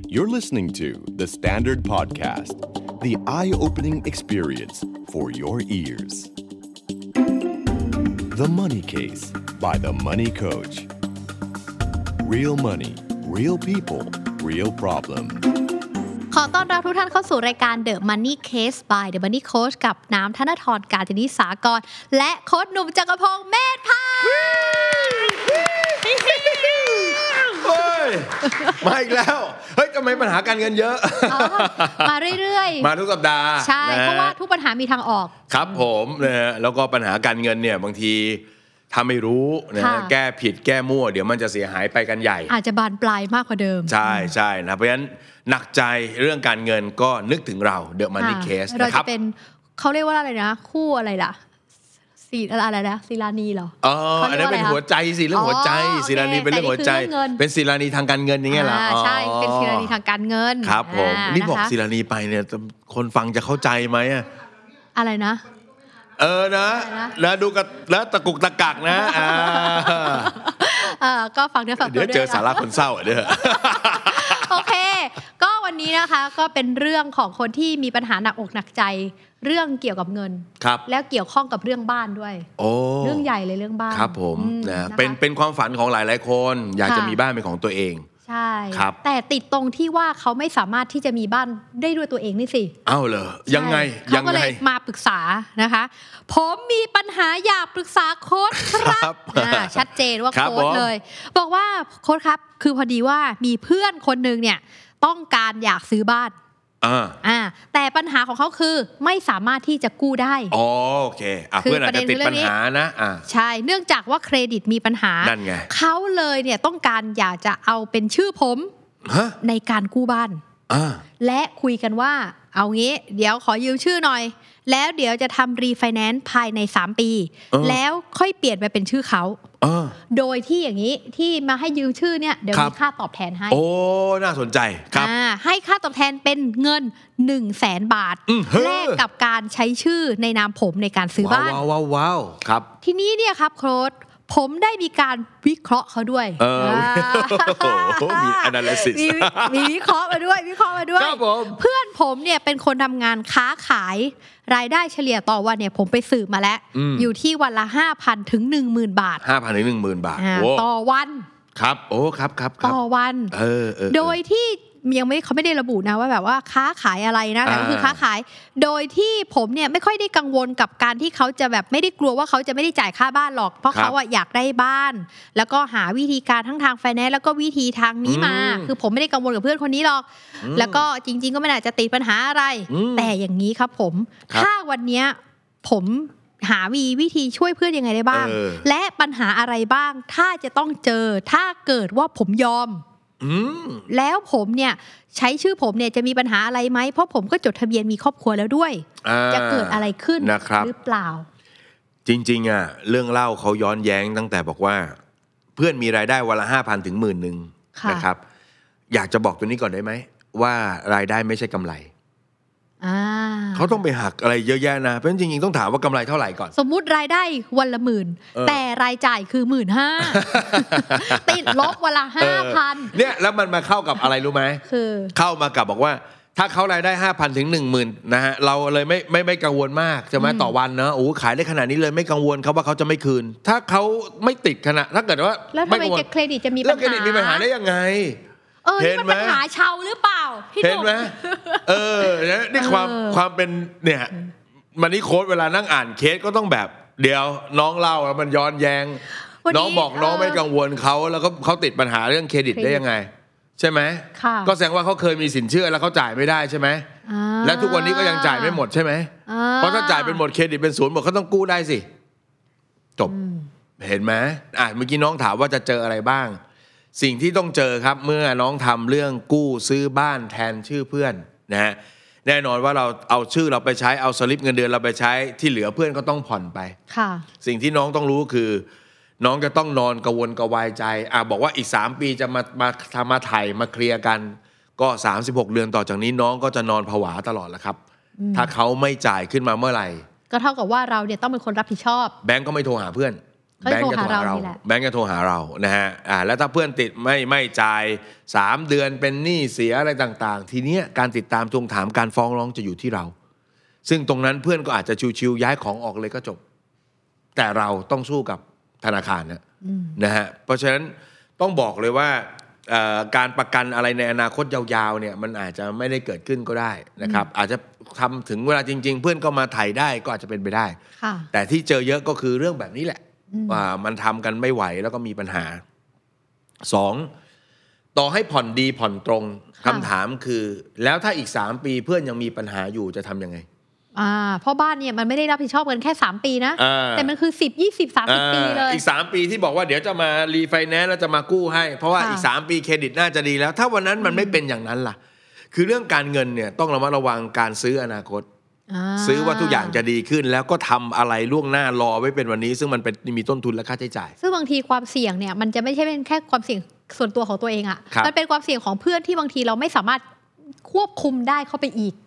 You're listening to The Standard Podcast, the eye-opening experience for your ears. The Money Case by The Money Coach. Real money, real people, real problem. ขอต้อนรับทุกท่านเข้าสู่รายการ The Money Case by The Money Coach กับน้ำธนธร กาญจนิสากรและโค้ชหนุ่มจักรพงษ์เมธพันธ์มาอีกแล้วเฮ้ยทำไมปัญหาการเงินเยอะมาเรื่อยๆมาทุกสัปดาห์ใช่เพราะว่าทุกปัญหามีทางออกครับผมนะฮะแล้วก็ปัญหาการเงินเนี่ยบางทีถ้าไม่รู้นะแก้ผิดแก้มั่วเดี๋ยวมันจะเสียหายไปกันใหญ่อาจจะบานปลายมากกว่าเดิมใช่ๆนะเพราะฉะนั้นหนักใจเรื่องการเงินก็นึกถึงเรา The Money Case นะครับเราจะเป็นเขาเรียกว่าอะไรนะคู่อะไรล่ะอะไรนะศิลานีเหรออันนั้นเป็นหัวใจสิเรื่องหัวใจศิลานีเป็นเรื่องหัวใจเป็นศิลานีทางการเงินอย่างเงี้ยเหรอใช่เป็นศิลานีทางการเงินครับผมนี่บอกศิลานีไปเนี่ยคนฟังจะเข้าใจไหมอะไรนะนะดูกับแล้วตะกุกตะกักนะก็ฟังด้วยเดี๋ยวเจอสาระคนเศร้าเด้อโอเคก็วันนี้นะคะก็เป็นเรื่องของคนที่มีปัญหาหนักอกหนักใจเรื่องเกี่ยวกับเงินแล้วเกี่ยวข้องกับเรื่องบ้านด้วยเรื่องใหญ่เลยเรื่องบ้านครับผมนะเป็นความฝันของหลายๆคนอยากจะมีบ้านเป็นของตัวเองใช่แต่ติดตรงที่ว่าเขาไม่สามารถที่จะมีบ้านได้ด้วยตัวเองนี่สิเอ้าเหรอยังไงเขาก็เลยมาปรึกษานะคะผมมีปัญหาอยากปรึกษาโค้ชครับชัดเจนว่าโค้ชเลยบอกว่าโค้ชครับคือพอดีว่ามีเพื่อนคนนึงเนี่ยต้องการอยากซื้อบ้านแต่ปัญหาของเขาคือไม่สามารถที่จะกู้ได้โอเคเพื่อนอาจจะติดปัญหานะใช่เนื่องจากว่าเครดิตมีปัญหานั่นไงเขาเลยเนี่ยต้องการอยากจะเอาเป็นชื่อผมในการกู้บ้านและคุยกันว่าเอางี้เดี๋ยวขอยืมชื่อหน่อยแล้วเดี๋ยวจะทำรีไฟแนนซ์ภายใน3 ปีแล้วค่อยเปลี่ยนไปเป็นชื่อเขาโดยที่อย่างนี้ที่มาให้ยืมชื่อเนี่ยเดี๋ยวมีค่าตอบแทนให้โอ้น่าสนใจครับให้ค่าตอบแทนเป็นเงิน 100,000 บาทแลกกับการใช้ชื่อในนามผมในการซื้อบ้านว้าวครับทีนี้เนี่ยครับโค้ชผมได้มีการวิเคราะห์เขาด้วยมี analysis มีวิเคราะห์มาด้วยเพื่อนผมเนี่ยเป็นคนทำงานค้าขายรายได้เฉลี่ยต่อวันเนี่ยผมไปสืบมาแล้วอยู่ที่วันละ 5,000 ถึง 10,000 บาท 5,000 ถึง 10,000 บาทต่อวันครับโอ้ครับต่อวันโดยที่เขาไม่ได้ระบุนะว่าแบบว่าค้าขายอะไรนะแต่ก็คือค้าขายโดยที่ผมเนี่ยไม่ค่อยได้กังวลกับการที่เขาจะแบบไม่ได้กลัวว่าเขาจะไม่ได้จ่ายค่าบ้านหรอกเพราะเขาอยากได้บ้านแล้วก็หาวิธีการทั้งทางไฟแนนซ์แล้วก็วิธีทางนี้มาคือผมไม่ได้กังวลกับเพื่อนคนนี้หรอกแล้วก็จริงๆก็ไม่น่าจะติดปัญหาอะไรแต่อย่างนี้ครับผมถ้าวันนี้ผมหาวิธีช่วยเพื่อนยังไงได้บ้างและปัญหาอะไรบ้างถ้าจะต้องเจอถ้าเกิดว่าผมยอมแล้วผมเนี่ยใช้ชื่อผมเนี่ยจะมีปัญหาอะไรไหมเพราะผมก็จดทะเบียนมีครอบครัวแล้วด้วยจะเกิดอะไรขึ้นหรือเปล่าจริงๆเรื่องเล่าเขาย้อนแย้งตั้งแต่บอกว่าเพื่อนมีรายได้วันละ 5,000 ถึง 10,000 นะครับอยากจะบอกตัวนี้ก่อนได้ไหมว่ารายได้ไม่ใช่กำไรเขาต้องไปหักอะไรเยอะแยะนะเพราะฉะนั้นจริงๆต้องถามว่ากำไรเท่าไหร่ก่อนสมมุติรายได้วันละ 10,000 แต่รายจ่ายคือ 15,000 ติดลบวันละ 5,000 เนี่ยแล้วมันมาเข้ากับอะไรรู้ไหมคือเข้ามากับบอกว่าถ้าเขารายได้ 5,000 ถึง 10,000 นะฮะเราเลยไม่กังวลมากใช่ไหมต่อวันนะโอ้ขายได้ขนาดนี้เลยไม่กังวลเขาว่าเขาจะไม่คืนถ้าเขาไม่ติดขนาดถ้าเกิดว่าแล้วทำไมเครดิตจะมีปัญหาแล้วเครดิตมีปัญหาได้ยังไงเห็นไหมปัญหาเช่าหรือเปล่าเห็นไหมนี่ความเป็นเนี่ยมันนี่โค้ชเวลานั่งอ่านเคสก็ต้องแบบเดี๋ยวน้องเล่าแล้วมันย้อนแย้งน้องบอกน้องไม่กังวลเขาแล้วก็เขาติดปัญหาเรื่องเครดิตได้ยังไงใช่ไหมก็แสดงว่าเขาเคยมีสินเชื่อแล้วเขาจ่ายไม่ได้ใช่ไหมและทุกวันนี้ก็ยังจ่ายไม่หมดใช่ไหมเพราะถ้าจ่ายเป็นหมดเครดิตเป็น0หมดเขาต้องกู้ได้สิจบเห็นไหมเมื่อกี้น้องถามว่าจะเจออะไรบ้างสิ่งที่ต้องเจอครับเมื่อน้องทำเรื่องกู้ซื้อบ้านแทนชื่อเพื่อนนะฮะแน่นอนว่าเราเอาชื่อเราไปใช้เอาสลิปเงินเดือนเราไปใช้ที่เหลือเพื่อนก็ต้องผ่อนไปสิ่งที่น้องต้องรู้คือน้องจะต้องนอนกระวนกระวายใจบอกว่าอีก3 ปีจะมาไถ่มาเคลียร์กันก็36 เดือนต่อจากนี้น้องก็จะนอนผวาตลอดแหละครับถ้าเขาไม่จ่ายขึ้นมาเมื่อไหร่ก็เท่ากับว่าเราเนี่ยต้องเป็นคนรับผิดชอบแบงก์ก็ไม่โทรหาเพื่อนแบงก์จะโทรหาเราแบงก์จะโทรหาเรานะฮะแล้วถ้าเพื่อนติดไม่จ่าย3 เดือนเป็นหนี้เสียอะไรต่างๆทีเนี้ยการติดตามทวงถามการฟ้องร้องจะอยู่ที่เราซึ่งตรงนั้นเพื่อนก็อาจจะชิวๆย้ายของออกเลยก็จบแต่เราต้องสู้กับธนาคารนะฮะเพราะฉะนั้นต้องบอกเลยว่าการประกันอะไรในอนาคตยาวๆเนี่ยมันอาจจะไม่ได้เกิดขึ้นก็ได้นะครับอาจจะทำถึงเวลาจริงๆเพื่อนก็มาไถ่ได้ก็อาจจะเป็นไปได้แต่ที่เจอเยอะก็คือเรื่องแบบนี้แหละว่ามันทำกันไม่ไหวแล้วก็มีปัญหา2ต่อให้ผ่อนดีผ่อนตรงคำถามคือแล้วถ้าอีก3 ปีเพื่อนยังมีปัญหาอยู่จะทำยังไงเพราะบ้านเนี่ยมันไม่ได้รับผิดชอบกันแค่3 ปีนะแต่มันคือ10 20 30 ปีเลยอีก3 ปีที่บอกว่าเดี๋ยวจะมารีไฟแนนซ์แล้วจะมากู้ให้เพราะว่าอีก3 ปีเครดิตน่าจะดีแล้วถ้าวันนั้นมันไม่เป็นอย่างนั้นล่ะคือเรื่องการเงินเนี่ยต้องระมัดระวังการซื้ออนาคตซื้อว่าทุกอย่างจะดีขึ้นแล้วก็ทำอะไรล่วงหน้ารอไว้เป็นวันนี้ซึ่งมันเป็นมีต้นทุนและค่าใช้จ่ายซึ่งบางทีความเสี่ยงเนี่ยมันจะไม่ใช่เป็นแค่ความเสี่ยงส่วนตัวของตัวเองอ่ะมันเป็นความเสี่ยงของเพื่อนที่บางทีเราไม่สามารถควบคุมได้เข้าไปอีก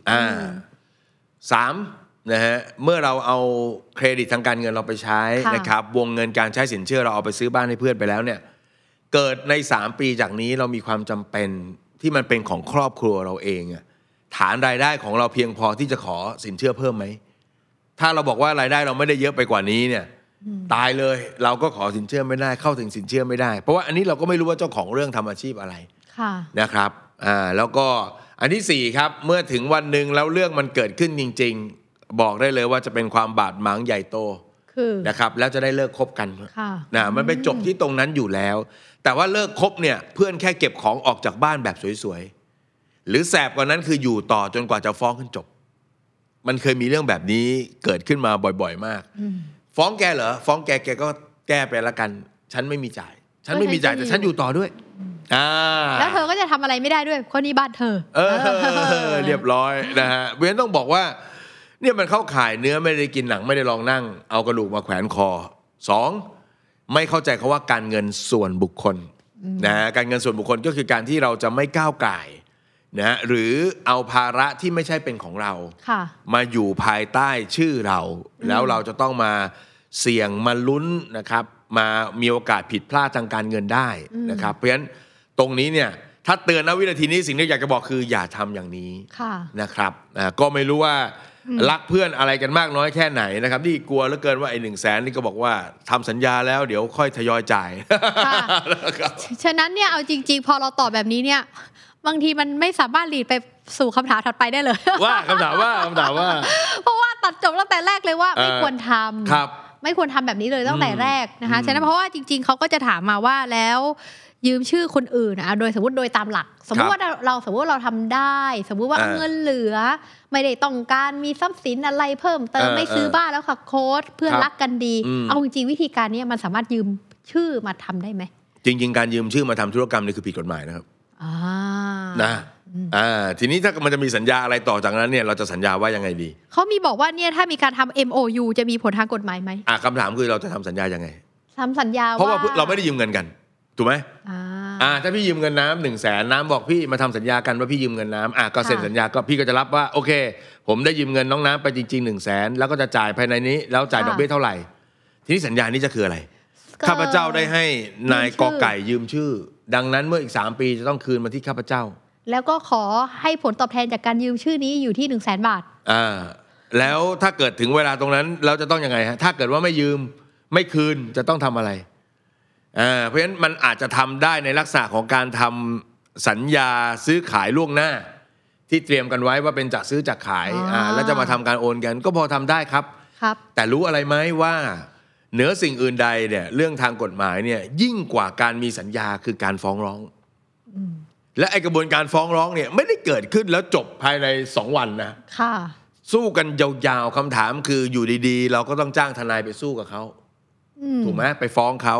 3นะฮะเมื่อเราเอาเครดิตทางการเงินเราไปใช้นะครับวงเงินการใช้สินเชื่อเราเอาไปซื้อบ้านให้เพื่อนไปแล้วเนี่ยเกิดใน3 ปีจากนี้เรามีความจำเป็นที่มันเป็นของครอบครัวเราเองอะฐานรายได้ของเราเพียงพอที่จะขอสินเชื่อเพิ่มไหมถ้าเราบอกว่ารายได้เราไม่ได้เยอะไปกว่านี้เนี่ยตายเลยเราก็ขอสินเชื่อไม่ได้เข้าถึงสินเชื่อไม่ได้เพราะว่าอันนี้เราก็ไม่รู้ว่าเจ้าของเรื่องทำอาชีพอะไรนะครับแล้วก็อันที่4ครับเมื่อถึงวันหนึ่งแล้วเรื่องมันเกิดขึ้นจริงๆบอกได้เลยว่าจะเป็นความบาดหมางใหญ่โตนะครับแล้วจะได้เลิกคบกันนะมันไปจบที่ตรงนั้นอยู่แล้วแต่ว่าเลิกคบเนี่ยเพื่อนแค่เก็บของออกจากบ้านแบบสวยๆหรือแสบกว่านั้นคืออยู่ต่อจนกว่าจะฟ้องกันจบมันเคยมีเรื่องแบบนี้เกิดขึ้นมาบ่อยๆมากฟ้องแกเหรอฟ้องแกก็แก้ไปละกันฉันไม่มีจ่ายฉันไม่มีจ่ายแต่ฉันอยู่ต่อด้วยแล้วเธอก็จะทำอะไรไม่ได้ด้วยเพราะนี่บ้านเธอเรียบร้อยนะฮะเว้นต้องบอกว่าเนี่ยมันเข้าข่ายเนื้อไม่ได้กินหนังไม่ได้ลองนั่งเอากระดูกมาแขวนคอ2ไม่เข้าใจเขาว่าการเงินส่วนบุคคลนะการเงินส่วนบุคคลก็คือการที่เราจะไม่ก้าวก่ายนะหรือเอาภาระที่ไม่ใช่เป็นของเรามาอยู่ภายใต้ชื่อเราแล้วเราจะต้องมาเสี่ยงมาลุ้นนะครับมามีโอกาสผิดพลาดทางการเงินได้นะครับเพราะฉะนั้นตรงนี้เนี่ยถ้าเตือนณวินาทีนี้สิ่งที่อยากจะบอกคืออย่าทำอย่างนี้นะครับก็ไม่รู้ว่ารักเพื่อนอะไรกันมากน้อยแค่ไหนนะครับที่กลัวเหลือเกินว่าไอ้100,000นี่ก็บอกว่าทำสัญญาแล้วเดี๋ยวค่อยทยอยจ่ายฉะนั้นเนี่ยเอาจริงๆพอเราตอบแบบนี้เนี่ยบางทีมันไม่สามารถหลีดไปสู่คำถามถัดไปได้เลยว่าคำถามว่าเพราะว่าตัดจบตั้งแต่แรกเลยว่าไม่ควรทำไม่ควรทำแบบนี้เลยตั้งแต่แรกนะคะฉะนั้นเพราะว่าจริงๆเขาก็จะถามมาว่าแล้วยืมชื่อคนอื่นโดยสมมติโดยตามหลักสมมติว่าเราทำได้สมมติว่าเงินเหลือไม่ได้ต้องการมีทรัพย์สินอะไรเพิ่มเติมไม่ซื้อบ้านแล้วค่ะโค้ดเพื่อนรักกันดีเอาจริงๆวิธีการนี้มันสามารถยืมชื่อมาทำได้ไหมจริงๆการยืมชื่อมาทำธุรกรรมนี่คือผิดกฎหมายนะครับนะทีนี้ถ้ามันจะมีสัญญาอะไรต่อจากนั้นเนี่ยเราจะสัญญาว่ายังไงดีเขามีบอกว่าเนี่ยถ้ามีการทำ MOU จะมีผลทางกฎหมายไหมคำถามคือเราจะทำสัญญายังไงทำสัญญาเพราะว่าเราไม่ได้ยืมเงินกันถูกไหมถ้าพี่ยืมเงินน้ำ100,000น้ำบอกพี่มาทำสัญญากันว่าพี่ยืมเงินน้ำก็เซ็นสัญญาก็พี่ก็จะรับว่าโอเคผมได้ยืมเงินน้องน้ำไปจริงๆ100,000แล้วก็จะจ่ายภายในนี้แล้วจ่ายดอกเบี้ยเท่าไหร่ทีนี้สัญญานี้จะคืออะไรข้าพเจ้าได้ให้นายกไก่ยืมชื่อดังนั้นเมื่ออีก3 ปีจะต้องคืนมาที่ข้าพเจ้าแล้วก็ขอให้ผลตอบแทนจากการยืมชื่อนี้อยู่ที่100,000 บาทแล้วถ้าเกิดถึงเวลาตรงนั้นเราจะต้องยังไงฮะถ้าเกิดว่าไม่ยืมไม่คืนจะต้องทำอะไรเพราะฉะนั้นมันอาจจะทำได้ในลักษณะของการทำสัญญาซื้อขายล่วงหน้าที่เตรียมกันไว้ว่าเป็นจัดซื้อจัดขายแล้วจะมาทำการโอนกันก็พอทำได้ครับแต่รู้อะไรไหมว่าเหนือสิ่งอื่นใดเนี่ยเรื่องทางกฎหมายเนี่ยยิ่งกว่าการมีสัญญาคือการฟ้องร้องและไอกระบวนการฟ้องร้องเนี่ยไม่ได้เกิดขึ้นแล้วจบภายใน2 วันนะสู้กันยาวๆคำถามคืออยู่ดีๆเราก็ต้องจ้างทนายไปสู้กับเขาถูกไหมไปฟ้องเขา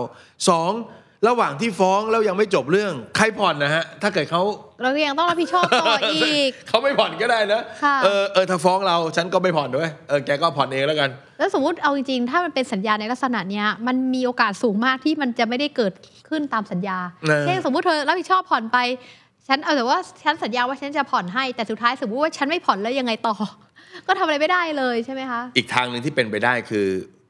2ระหว่างที่ฟ้องแล้วยังไม่จบเรื่องใครผ่อนนะฮะถ้าเกิดเขาเรายังต้องรับผิดชอบต่ออีกเขาไม่ผ่อนก็ได้นะถ้าฟ้องเราฉันก็ไม่ผ่อนด้วยแกก็ผ่อนเองแล้วกันแล้วสมมติเอาจริงๆถ้ามันเป็นสัญญาในลักษณะเนี้ยมันมีโอกาสสูงมากที่มันจะไม่ได้เกิดขึ้นตามสัญญาเช่นสมมติเธอรับผิดชอบผ่อนไปฉันแต่ว่าฉันสัญญาว่าฉันจะผ่อนให้แต่สุดท้ายสมมติว่าฉันไม่ผ่อนแล้วยังไงต่อก็ทำอะไรไม่ได้เลยใช่ไหมคะอีกทางนึงที่เป็นไปได้คือ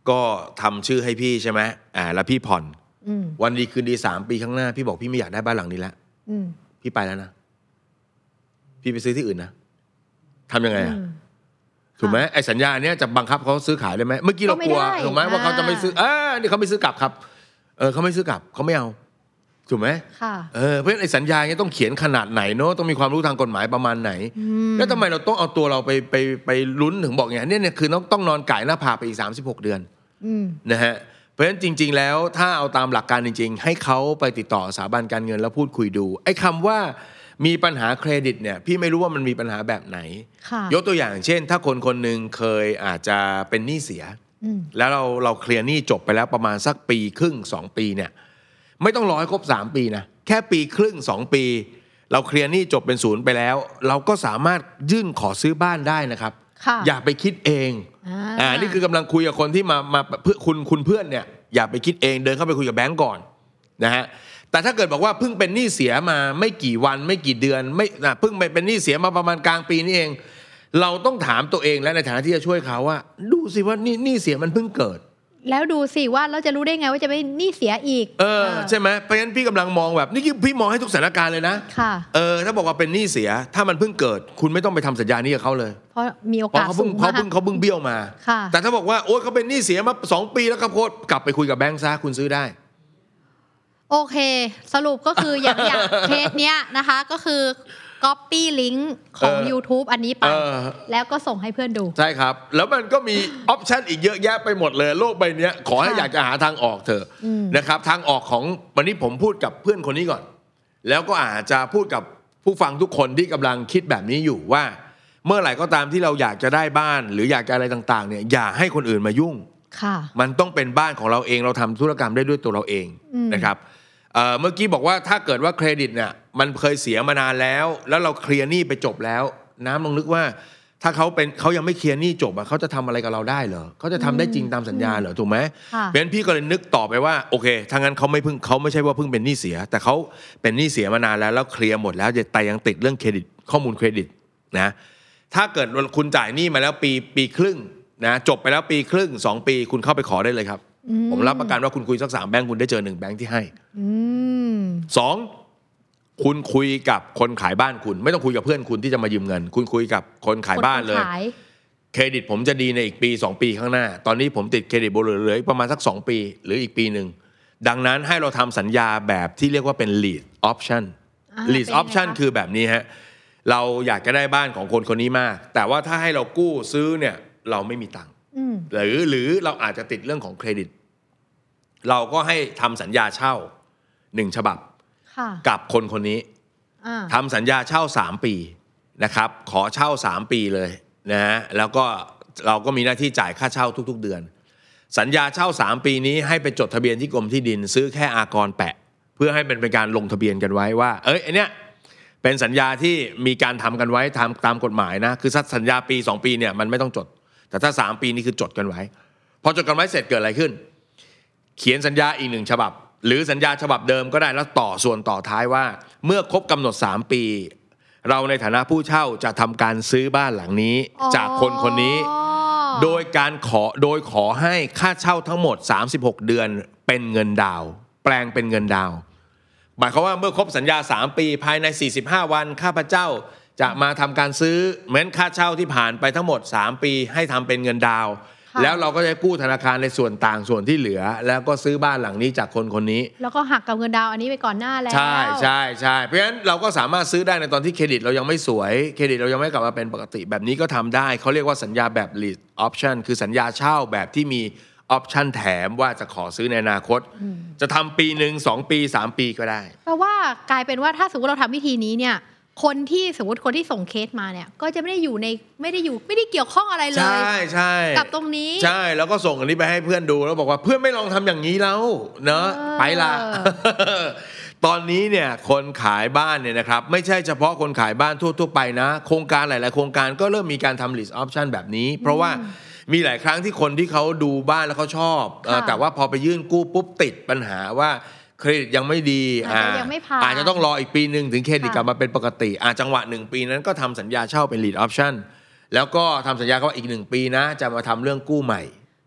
ก็ทำชื่อให้พี่ใช่ไหมแล้วพี่ผ่อนวันดีคืนดี3 ปีข้างหน้าพี่บอกพี่ไม่อยากได้บ้านหลังนี้แล้วพี่ไปแล้วนะพี่ไปซื้อที่อื่นนะทำยังไงถูกไหมไอ้สัญญาเนี้ยจะบังคับเขาซื้อขายได้ไหมเมื่อกี้เรากลัวถูกไหมว่าเขาจะไม่ซื้อนี่เขาไม่ซื้อกลับครับเขาไม่ซื้อกลับเขาไม่เอาถูกไหมเพราะฉะนั้นไอ้สัญญาเนี้ยต้องเขียนขนาดไหนเนาะต้องมีความรู้ทางกฎหมายประมาณไหนแล้วทำไมเราต้องเอาตัวเราไปลุ้นถึงบอกอย่างนี้เนี่ยคือต้องนอนไก่หน้าผากไปอีก36 เดือนนะฮะเพราะฉะนั้นจริงๆแล้วถ้าเอาตามหลักการจริงๆให้เขาไปติดต่อสถาบันการเงินแล้วพูดคุยดูไอ้คำว่ามีปัญหาเครดิตเนี่ยพี่ไม่รู้ว่ามันมีปัญหาแบบไหนยกตัวอย่างเช่นถ้าคนหนึ่งเคยอาจจะเป็นหนี้เสียแล้วเราเคลียร์หนี้จบไปแล้วประมาณสักปีครึ่ง2 ปีเนี่ยไม่ต้องรอให้ครบ3 ปีนะแค่ปีครึ่ง2 ปีเราเคลียร์หนี้จบเป็นศูนย์ไปแล้วเราก็สามารถยื่นขอซื้อบ้านได้นะครับอย่าไปคิดเองนี่คือกำลังคุยกับคนที่มาเพื่อคุณเพื่อนเนี่ยอย่าไปคิดเองเดินเข้าไปคุยกับแบงก์ก่อนนะฮะแต่ถ้าเกิดบอกว่าเพิ่งเป็นหนี้เสียมาไม่กี่วันไม่กี่เดือนเพิ่งเป็นหนี้เสียมาประมาณกลางปีนี่เองเราต้องถามตัวเองและในฐานะที่จะช่วยเขาว่าดูสิว่าหนี้เสียมันเพิ่งเกิดแล้วดูสิว่าเราจะรู้ได้ไงว่าจะไม่หนี้เสียอีกใช่ไหมเพราะฉะนั้นพี่กำลังมองแบบนี่พี่มองให้ทุกสถานการณ์เลยนะค่ะถ้าบอกว่าเป็นหนี้เสียถ้ามันเพิ่งเกิดคุณไม่ต้องไปทำสัญญานี้กับเขาเลยเพราะมีโอกาสสูงเขาเพิ่งเบี้ยวมาแต่ถ้าบอกว่าโอ๊ยเขาเป็นหนี้เสียมา2 ปีแล้วครับโค้ชกลับไปคุยกับแบงค์ซะคุณซื้อได้โอเคสรุปก็คืออย่างเคสเนี้ยนะคะก็คือ copy link ของ YouTube อันนี้ไปแล้วก็ส่งให้เพื่อนดูใช่ครับแล้วมันก็มีออปชันอีกเยอะแยะไปหมดเลยโลกใบนี้ขอให้อยากจะหาทางออกเถอะนะครับทางออกของวันนี้ผมพูดกับเพื่อนคนนี้ก่อนแล้วก็อาจจะพูดกับผู้ฟังทุกคนที่กำลังคิดแบบนี้อยู่ว่าเมื่อไหร่ก็ตามที่เราอยากจะได้บ้านหรืออยากจะอะไรต่างๆเนี่ยอย่าให้คนอื่นมายุ่งมันต้องเป็นบ้านของเราเองเราทำธุรกรรมได้ด้วยตัวเราเองนะครับเมื่อกี้บอกว่าถ้าเกิดว่าเครดิตเนี่ยมันเคยเสียมานานแล้วเราเคลียร์หนี้ไปจบแล้วน้ำลองนึกว่าถ้าเขายังไม่เคลียร์หนี้จบเขาจะทำอะไรกับเราได้เหรอเขาจะทำได้จริงตามสัญญาเหรอถูกไหมเพราะฉะนั้นพี่ก็เลยนึกต่อไปว่าโอเคถ้างั้นเขาไม่ใช่ว่าเพิ่งเป็นหนี้เสียแต่เขาเป็นหนี้เสียมานานแล้วเคลียร์หมดแล้วแต่ยังติดเรื่องเครดิตข้อมูลเครดิตนะถ้าเกิดคุณจ่ายหนี้มาแล้วปีครึ่งนะจบไปแล้วปีครึ่ง2 ปีคุณเข้าไปขอได้เลยครับผมรับประกันว่าคุณคุยสัก3 แบงค์คุณได้เจอ1 แบงค์ที่ให้2คุณคุยกับคนขายบ้านคุณไม่ต้องคุยกับเพื่อนคุณที่จะมายืมเงินคุณคุยกับคนขายบ้านเลยเครดิตผมจะดีในอีกปี2 ปีข้างหน้าตอนนี้ผมติดเครดิตเหลือประมาณสัก2 ปีหรืออีกปีนึงดังนั้นให้เราทำสัญญาแบบที่เรียกว่าเป็น lead option lead option คือแบบนี้ฮะเราอยากจะได้บ้านของคนนี้มากแต่ว่าถ้าให้เรากู้ซื้อเนี่ยเราไม่มีตังค์หรือเราอาจจะติดเรื่องของเครดิตเราก็ให้ทำสัญญาเช่า1 ฉบับกับคนนี้ทำสัญญาเช่า3 ปีนะครับขอเช่า3 ปีเลยนะฮะแล้วก็เราก็มีหน้าที่จ่ายค่าเช่าทุกๆเดือนสัญญาเช่า3 ปีนี้ให้ไปจดทะเบียนที่กรมที่ดินซื้อแค่อากรแปะเพื่อให้เป็นการลงทะเบียนกันไว้ว่าไอ้เนี้ยเป็นสัญญาที่มีการทำกันไว้ตามกฎหมายนะคือสัญญาปี2 ปีเนี่ยมันไม่ต้องจดแต่ถ้า3 ปีนี่คือจดกันไว้พอจดกันไว้เสร็จเกิดอะไรขึ้นเขียนสัญญาอีก1 ฉบับหรือสัญญาฉบับเดิมก็ได้แล้วส่วนต่อท้ายว่าเมื่อครบกำหนด3 ปีเราในฐานะผู้เช่าจะทำการซื้อบ้านหลังนี้จากคนนี้โดยขอให้ค่าเช่าทั้งหมด36 เดือนเป็นเงินดาวแปลงเป็นเงินดาวหมายความว่าเมื่อครบสัญญา3 ปีภายใน45 วันข้าพเจ้าจะมาทำการซื้อเหมือนค่าเช่าที่ผ่านไปทั้งหมด3 ปีให้ทำเป็นเงินดาวแล้วเราก็จะกู้ธนาคารในส่วนต่างส่วนที่เหลือแล้วก็ซื้อบ้านหลังนี้จากคนนี้แล้วก็หักกับเงินดาวอันนี้ไปก่อนหน้าแล้วใช่เพราะฉะนั้นเราก็สามารถซื้อได้ในตอนที่เครดิตเรายังไม่สวยเครดิตเรายังไม่กลับมาเป็นปกติแบบนี้ก็ทำได้เขาเรียกว่าสัญญาแบบ lead option คือสัญญาเช่าแบบที่มีออปชั่นแถมว่าจะขอซื้อในอนาคตจะทำปีนึง2 ปี3 ปีก็ได้แปลว่ากลายเป็นว่าถ้าสมมติเราทำวิธีนี้เนี่ยคนที่สมมติคนที่ส่งเคสมาเนี่ยก็จะไม่ได้เกี่ยวข้องอะไรเลยใช่กับตรงนี้ใช่แล้วก็ส่งอันนี้ไปให้เพื่อนดูแล้วบอกว่าเพื่อนไม่ลองทำอย่างนี้แล้วเนอะไปละตอนนี้เนี่ยคนขายบ้านเนี่ยนะครับไม่ใช่เฉพาะคนขายบ้านทั่วไปนะโครงการหลายๆโครงการก็เริ่มมีการทำ list option แบบนี้เพราะว่ามีหลายครั้งที่คนที่เขาดูบ้านแล้วเขาชอบแต่ว่าพอไปยื่นกู้ปุ๊บติดปัญหาว่าเครดิตยังไม่ดีอาจจะต้องรออีกปีนึงถึงเครดิตกลับมาเป็นปกติจังหวะ1 ปีนั้นก็ทำสัญญาเช่าเป็น lead option แล้วก็ทำสัญญาว่าอีก1 ปีนะจะมาทำเรื่องกู้ใหม่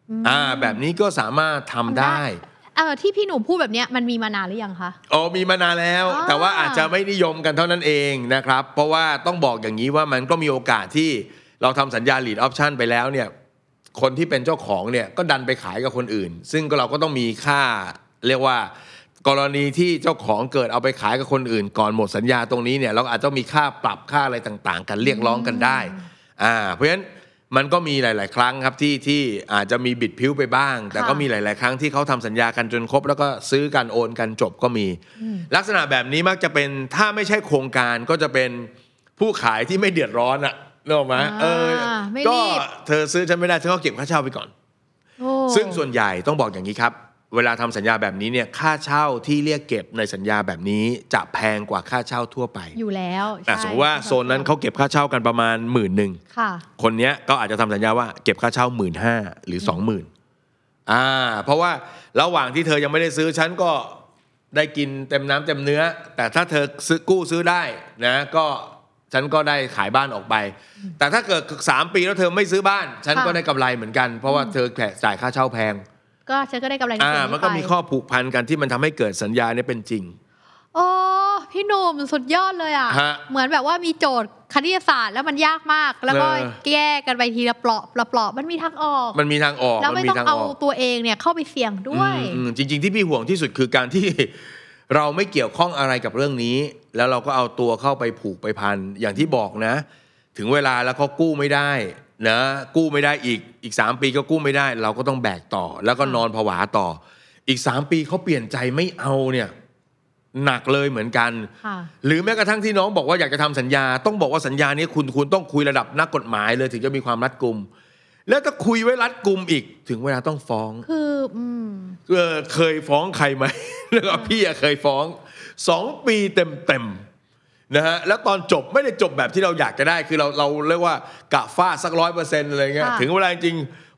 แบบนี้ก็สามารถทำได้ที่พี่หนุ่มพูดแบบนี้มันมีมานานหรือยังคะมีมานานแล้วแต่ว่าอาจจะไม่นิยมกันเท่านั้นเองนะครับเพราะว่าต้องบอกอย่างนี้ว่ามันก็มีโอกาสที่เราทำสัญญา lead option ไปแล้วเนี่ยคนที่เป็นเจ้าของเนี่ยก็ดันไปขายกับคนอื่นซึ่งเราก็ต้องมีค่าเรียกว่ากรณีที่เจ้าของเกิดเอาไปขายกับคนอื่นก่อนหมดสัญญาตรงนี้เนี่ยเราอาจจะมีค่าปรับค่าอะไรต่างๆกันเรียกร้องกันได้เพราะฉะนั้นมันก็มีหลายๆครั้งครับที่อาจจะมีบิดผิวไปบ้างแต่ก็มีหลายๆครั้งที่เขาทำสัญญากันจนครบแล้วก็ซื้อกันโอนกันจบก็มีลักษณะแบบนี้มักจะเป็นถ้าไม่ใช่โครงการก็จะเป็นผู้ขายที่ไม่เดือดร้อนอะนึกออกไหมก็เธอซื้อฉันไม่ได้ฉันก็เก็บค่าเช่าไปก่อนซึ่งส่วนใหญ่ต้องบอกอย่างนี้ครับเวลาทำสัญญาแบบนี้เนี่ยค่าเช่าที่เรียกเก็บในสัญญาแบบนี้จะแพงกว่าค่าเช่าทั่วไปอยู่แล้วสมมติว่าโซนนั้นเขาเก็บค่าเช่ากันประมาณ 10,000 คนนี้ก็อาจจะทำสัญญาว่าเก็บค่าเช่า 15,000 หรือ 20,000เพราะว่าระหว่างที่เธอยังไม่ได้ซื้อฉันก็ได้กินเต็มน้ำเต็มเนื้อแต่ถ้าเธอซื้อได้นะก็ฉันก็ได้ขายบ้านออกไปแต่ถ้าเกิด3 ปีแล้วเธอไม่ซื้อบ้านฉันก็ได้กำไรเหมือนกันเพราะว่าเธอจ่ายค่าเช่าแพงก็ฉันก็ได้กำไรมันก็มีข้อผูกพันกันที่มันทำให้เกิดสัญญาเนี่ยเป็นจริงพี่หนุ่มสุดยอดเลยเหมือนแบบว่ามีโจทย์คณิตศาสตร์แล้วมันยากมากแล้วก็แก้กันไปทีละเปราะมันมีทางออกแล้วไม่ต้องเอาตัวเองเนี่ยเข้าไปเสี่ยงด้วยจริงๆที่พี่ห่วงที่สุดคือการที่เราไม่เกี่ยวข้องอะไรกับเรื่องนี้แล้วเราก็เอาตัวเข้าไปผูกไปพันอย่างที่บอกนะถึงเวลาแล้วเขากู้ไม่ได้นะกู้ไม่ได้อีก3 ปีก็กู้ไม่ได้เราก็ต้องแบกต่อแล้วก็นอนผวาต่ออีก3 ปีเขาเปลี่ยนใจไม่เอาเนี่ยหนักเลยเหมือนกันหรือแม้กระทั่งที่น้องบอกว่าอยากจะทำสัญญาต้องบอกว่าสัญญานี้คุณต้องคุยระดับนักกฎหมายเลยถึงจะมีความรัดกุมแล้วถ้าคุยไว้รัดกุมอีกถึงเวลาต้องฟ้องเคยฟ้องใครไหมแล้วก็พี่เคยฟ้อง2 ปีเต็มนะฮะแล้วตอนจบไม่ได้จบแบบที่เราอยากจะได้คือเราเรียกว่ากะฟาดสัก 100% อะไรเงี้ยถึงเวลาจริง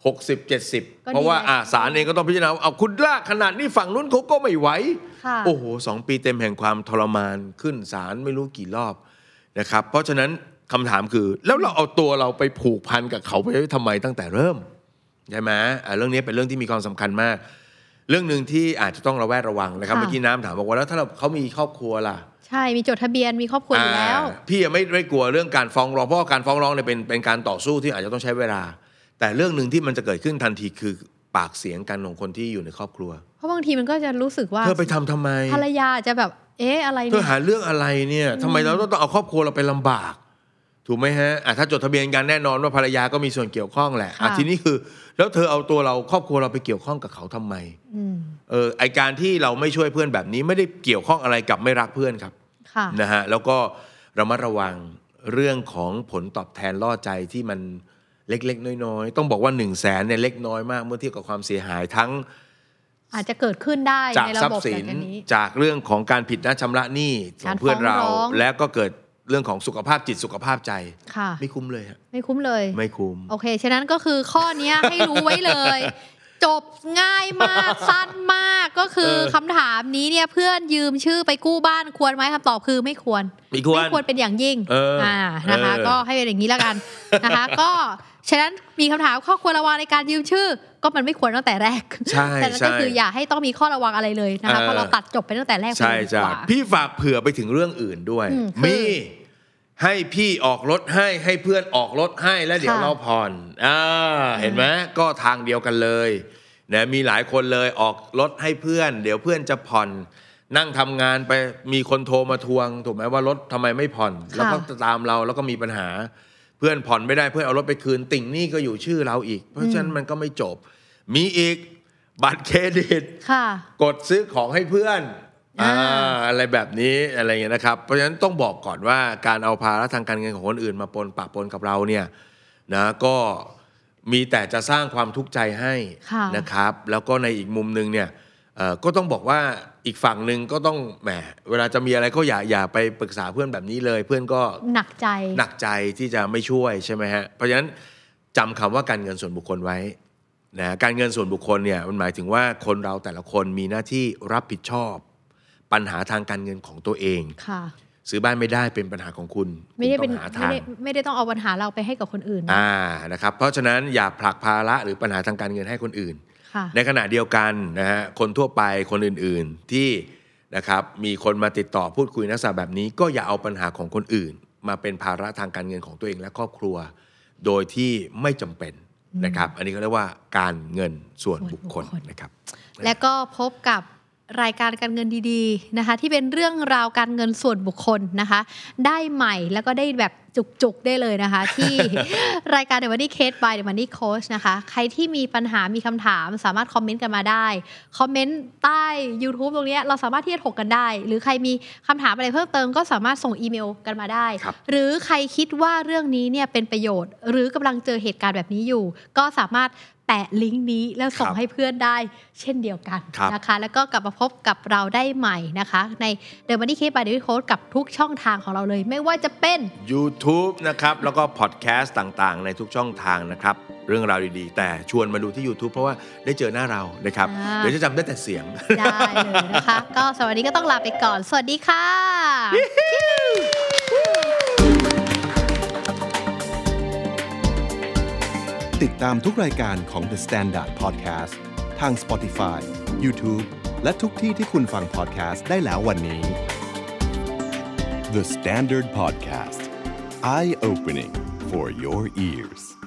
60-70เพราะว่าศาลเองก็ต้องพิจารณาเอาคุณลากขนาดนี้ฝั่งนู้นเขาก็ไม่ไหวโอ้โห2 ปีเต็มแห่งความทรมานขึ้นศาลไม่รู้กี่รอบนะครับเพราะฉะนั้นคำถามคือแล้วเราเอาตัวเราไปผูกพันกับเขาไปทำไมตั้งแต่เริ่มใช่ไหมเรื่องนี้เป็นเรื่องที่มีความสำคัญมากเรื่องนึงที่อาจจะต้องระแวดระวังนะครับเมื่อกี้น้ำถามบอกว่าแล้วถ้าเขามีครอบครัวล่ะใช่มีจดทะเบียนมีครอบครัวอยู่แล้วพี่ไม่กลัวเรื่องการฟ้องร้องเพราะการฟ้องร้องเนี่ยเป็นการต่อสู้ที่อาจจะต้องใช้เวลาแต่เรื่องนึงที่มันจะเกิดขึ้นทันทีคือปากเสียงกันของคนที่อยู่ในครอบครัวเพราะบางทีมันก็จะรู้สึกว่าเธอไปทำไมภรรยาจะแบบอะไรเธอหาเรื่องอะไรเนี่ยทำไมเราต้องเอาครอบครัวเราไปลำบากถูกไหมฮะถ้าจดทะเบียนกันแน่นอนว่าภรรยาก็มีส่วนเกี่ยวข้องแหละทีนี้คือแล้วเธอเอาตัวเราครอบครัวเราไปเกี่ยวข้องกับเขาทำไมไอการที่เราไม่ช่วยเพื่อนแบบนี้ไม่ได้เกี่ยวข้องอะไรกับไม่รักเพื่อนครับนะฮะแล้วก็ระมัดระวังเรื่องของผลตอบแทนล่อใจที่มันเล็กๆน้อยๆต้องบอกว่า100,000เนี่ยเล็กน้อยมากเมื่อเทียบกับความเสียหายทั้งอาจจะเกิดขึ้นได้ในระบบแบบนี้จากเรื่องของการผิดนัดชำระหนี้ของเพื่อนเราและก็เกิดเรื่องของสุขภาพจิตสุขภาพใจไม่คุ้มเลยฮะไม่คุ้มเลยไม่คุ้มโอเคฉะนั้นก็คือข้อนี้ให้รู้ไว้เลยจบง่ายมากสั้นมากก็คือคำถามนี้เนี่ยเพื่อนยืมชื่อไปกู้บ้านควรไหมคำตอบคือไม่ควรเป็นอย่างยิ่งนะคะก็ให้เป็นอย่างนี้แล้วกันนะคะก็ฉะนั้นมีคำถามข้อควรระวังในการยืมชื่อก็มันไม่ควรตั้งแต่แรกแต่นั่นก็คืออย่าให้ต้องมีข้อระวังอะไรเลยนะคะเพราะเราตัดจบไปตั้งแต่แรกใช่จ้ะพี่ฝากเผื่อไปถึงเรื่องอื่นด้วยมีให้พี่ออกรถให้เพื่อนออกรถให้แล้วเดี๋ยวเราผ่อนเห็นไหมก็ทางเดียวกันเลยนะมีหลายคนเลยออกรถให้เพื่อนเดี๋ยวเพื่อนจะผ่อนนั่งทำงานไปมีคนโทรมาทวงถูกไหมว่ารถทำไมไม่ผ่อนแล้วก็ตามเราแล้วก็มีปัญหาเพื่อนผ่อนไม่ได้เพื่อนเอารถไปคืนติ่งหนี้ก็อยู่ชื่อเราอีกเพราะฉะนั้นมันก็ไม่จบมีอีกบัตรเครดิตกดซื้อของให้เพื่อนอะไรแบบนี้อะไรเงี้ยนะครับเพราะฉะนั้นต้องบอกก่อนว่าการเอาภาระทางการเงินของคนอื่นมาปนกับเราเนี่ยนะก็มีแต่จะสร้างความทุกข์ใจให้นะครับแล้วก็ในอีกมุมนึงเนี่ยก็ต้องบอกว่าอีกฝั่งนึงก็ต้องแหมเวลาจะมีอะไรก็อย่าไปปรึกษาเพื่อนแบบนี้เลยเพื่อนก็หนักใจที่จะไม่ช่วยใช่ไหมฮะเพราะฉะนั้นจำคำว่าการเงินส่วนบุคคลไว้นะการเงินส่วนบุคคลเนี่ยมันหมายถึงว่าคนเราแต่ละคนมีหน้าที่รับผิดชอบปัญหาทางการเงินของตัวเองซื้อบ้านไม่ได้เป็นปัญหาของคุณไม่ได้ต้องหาทางไม่ได้ต้องเอาปัญหาเราไปให้กับคนอื่นนะครับเพราะฉะนั้นอย่าผลักภาระหรือปัญหาทางการเงินให้คนอื่นในขณะเดียวกันนะฮะคนทั่วไปคนอื่นๆที่นะครับมีคนมาติดต่อพูดคุยลักษณะแบบนี้ก็อย่าเอาปัญหาของคนอื่นมาเป็นภาระทางการเงินของตัวเองและครอบครัวโดยที่ไม่จำเป็นนะครับอันนี้เขาเรียกว่าการเงินส่วนบุคคลนะครับและก็พบกับรายการการเงินดีๆนะคะที่เป็นเรื่องราวการเงินส่วนบุคคลนะคะได้ใหม่แล้วก็ได้แบบจุกๆได้เลยนะคะที่รายการ The Money Case by The Money Coach นะคะใครที่มีปัญหามีคำถามสามารถคอมเมนต์กันมาได้คอมเมนต์ใต้ YouTube ตรงนี้เราสามารถที่จะถกกันได้หรือใครมีคำถามอะไรเพิ่มเติมก็สามารถส่งอีเมลกันมาได้หรือใครคิดว่าเรื่องนี้เนี่ยเป็นประโยชน์หรือกำลังเจอเหตุการณ์แบบนี้อยู่ก็สามารถแปะลิงก์นี้แล้วส่งให้เพื่อนได้เช่นเดียวกันนะคะแล้วก็กลับมาพบกับเราได้ใหม่นะคะใน The Money Case by The Money Coach กับทุกช่องทางของเราเลยไม่ว่าจะเป็น YouTube นะครับแล้วก็พอดแคสต์ต่างๆในทุกช่องทางนะครับเรื่องราวดีๆแต่ชวนมาดูที่ YouTube เพราะว่าได้เจอหน้าเรานะครับเดี๋ยวจะจำได้แต่เสียงได้เลยนะคะก็สวัสดีก็ต้องลาไปก่อนสวัสดีค่ะติดตามทุกรายการของ The Standard Podcast ทาง Spotify, YouTube และทุกที่ที่คุณฟัง podcast ได้แล้ววันนี้ The Standard Podcast Eye Opening for your ears